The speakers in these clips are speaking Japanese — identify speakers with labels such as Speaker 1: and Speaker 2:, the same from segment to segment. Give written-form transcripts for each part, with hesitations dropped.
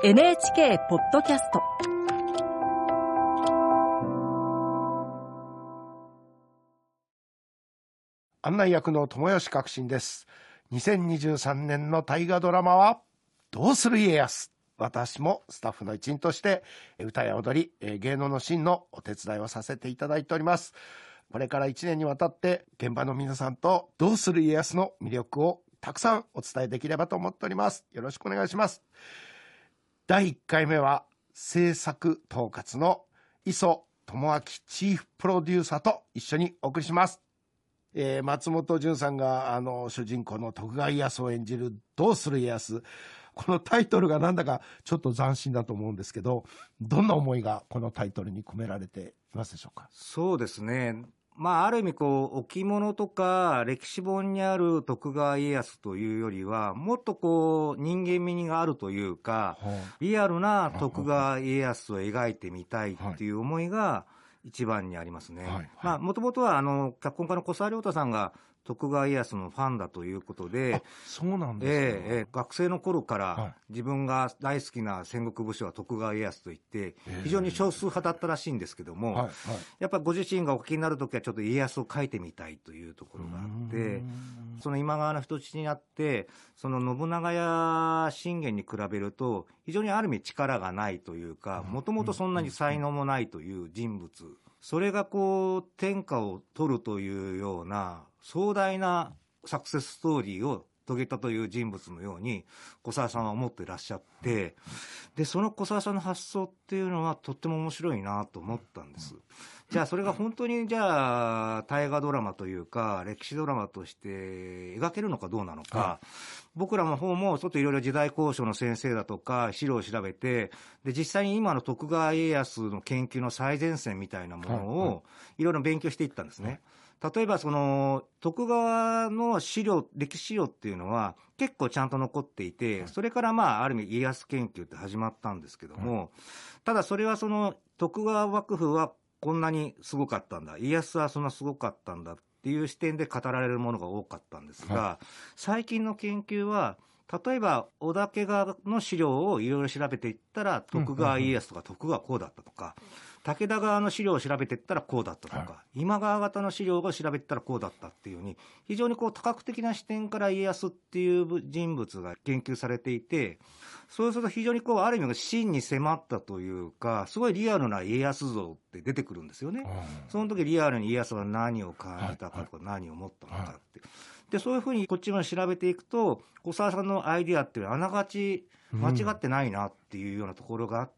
Speaker 1: NHK ポッドキャスト、
Speaker 2: 案内役の友吉革新です。2023年の大河ドラマはどうする家康。私もスタッフの一員として歌や踊り、芸能のシーンのお手伝いをさせていただいております。これから1年にわたって現場の皆さんとどうする家康の魅力をたくさんお伝えできればと思っております。よろしくお願いします。第1回目は制作統括の磯智明チーフプロデューサーと一緒にお送りします。松本潤さんが主人公の徳川家康を演じるどうする家康、このタイトルがなんだかちょっと斬新だと思うんですけど、どんな思いがこのタイトルに込められていますでしょうか。
Speaker 3: そうですね、ある意味置物とか歴史本にある徳川家康というよりはもっと人間味があるというか、リアルな徳川家康を描いてみたいっていう思いが一番にありますね。もともとは脚本家の小沢亮太さんが徳川家康のファンだということで、
Speaker 2: そうなんですね。
Speaker 3: 学生の頃から自分が大好きな戦国武将は徳川家康といって非常に少数派だったらしいんですけども、やっぱりご自身がお聞きになるときはちょっと家康を描いてみたいというところがあって、その今川の人質になってその信長や信玄に比べると非常にある意味力がないというか、もともとそんなに才能もないという人物、それが天下を取るというような壮大なサクセスストーリーを遂げたという人物のように小沢さんは思っていらっしゃって、でその小沢さんの発想っていうのはとっても面白いなと思ったんです。じゃあそれが本当に大河ドラマというか歴史ドラマとして描けるのかどうなのか、僕らの方もちょっといろいろ時代考証の先生だとか資料を調べて、で実際に今の徳川家康の研究の最前線みたいなものをいろいろ勉強していったんですね。例えば徳川の資料、歴史資料っていうのは結構ちゃんと残っていて、それからある意味家康研究って始まったんですけども、ただそれは徳川幕府はこんなにすごかったんだ、家康はそんなすごかったんだっていう視点で語られるものが多かったんですが、最近の研究は例えば織田家側の資料をいろいろ調べていったら徳川家康とか徳川こうだったとか、武田側の資料を調べていったらこうだったとか、今川方の資料を調べていったらこうだったっていうように、非常に多角的な視点から家康っていう人物が研究されていて、そうすると非常にある意味真に迫ったというか、すごいリアルな家康像って出てくるんですよね。その時リアルに家康は何を感じたかとか、何を思ったのかって、でそういうふうにこっちまで調べていくと小沢さんのアイディアっていうのはあながち間違ってないなっていうようなところがあって、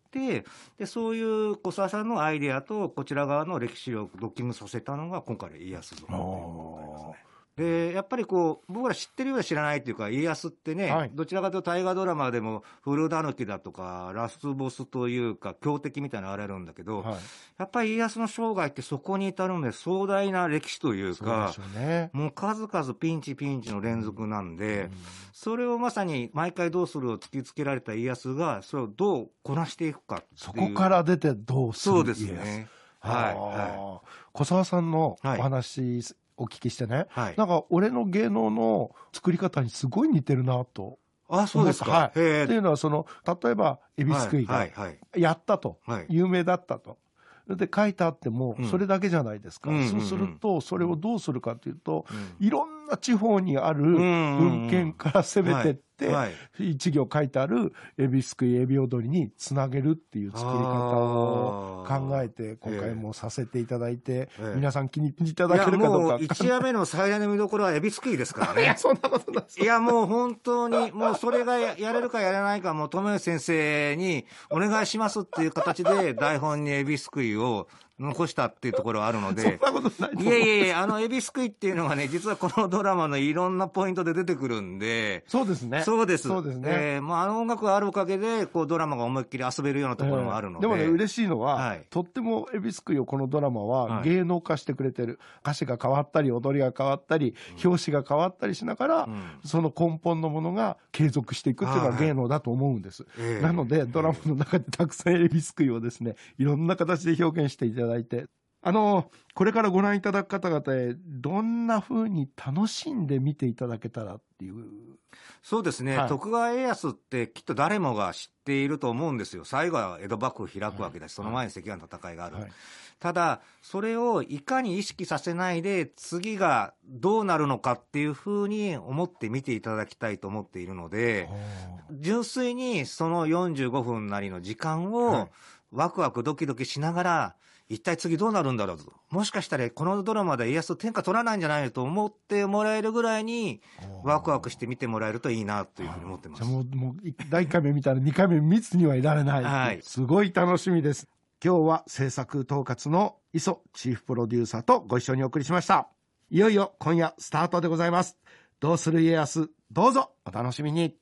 Speaker 3: でそういう小沢さんのアイディアとこちら側の歴史をドッキングさせたのが今回の家康像ということになりますね。でやっぱり僕ら知ってるようで知らないというか、家康ってね、どちらかというと大河ドラマでも古狸だとかラスボスというか強敵みたいなのがあるんだけど、やっぱり家康の生涯ってそこに至るので壮大な歴史というか、もう数々ピンチの連続なんで、それをまさに毎回どうするを突きつけられた家康がそれをどうこなしていくかっていう、
Speaker 2: そこから出てどうする家康。
Speaker 3: そうですね。
Speaker 2: 小沢さんのお話、お聞きしてね、なんか俺の芸能の作り方にすごい似てるなと。
Speaker 3: そうですか。
Speaker 2: っていうのは例えば恵比寿くいがやったと、有名だったと。で書いてあってもそれだけじゃないですか。そうするとそれをどうするかというと、いろんな地方にある文献から攻めてって一行書いてある恵比寿くい恵比踊りにつなげるっていう作り方を考えて今回もさせていただいて、皆さん気に入っていただけるかどうか。
Speaker 3: もう1話目の最大の見どころは恵比寿くいですからね。
Speaker 2: いやそんなことないです。
Speaker 3: いやもう本当にもうそれがやれるかやれないかもう友吉先生にお願いしますっていう形で台本に恵比寿くいを残したっていうところはあるので、
Speaker 2: そんなことないと思う。
Speaker 3: いや恵比寿くいっていうのがね、実はこのドラマのいろんなポイントで出てくるんで。
Speaker 2: そうですね。
Speaker 3: そうです
Speaker 2: ね。
Speaker 3: 音楽があるおかげでドラマが思いっきり遊べるようなところもあるので、
Speaker 2: でもね嬉しいのは、とっても恵比寿くいをこのドラマは芸能化してくれてる。歌詞が変わったり踊りが変わったり、表紙が変わったりしながら、その根本のものが継続していくっていうのが芸能だと思うんです。なのでドラマの中でたくさん恵比寿くいをですね、いろんな形で表現していただいて、 これからご覧いただく方々へどんな風に楽しんで見ていただけたらっていう。
Speaker 3: そうですね、はい、徳川家康ってきっと誰もが知っていると思うんですよ。最後は江戸幕府開くわけだし、その前に関ヶの戦いがある、ただそれをいかに意識させないで次がどうなるのかっていうふうに思って見ていただきたいと思っているので、純粋にその45分なりの時間をワクワクドキドキしながら、一体次どうなるんだろうと、もしかしたらこのドラマで家康天下取らないんじゃないのと思ってもらえるぐらいにワクワクして見てもらえるといいなというふうに思ってます。
Speaker 2: じゃあもう第1回目見たら2回目密にはいられない、はい、すごい楽しみです。今日は制作統括の磯チーフプロデューサーとご一緒にお送りしました。いよいよ今夜スタートでございます。どうする家康、どうぞお楽しみに。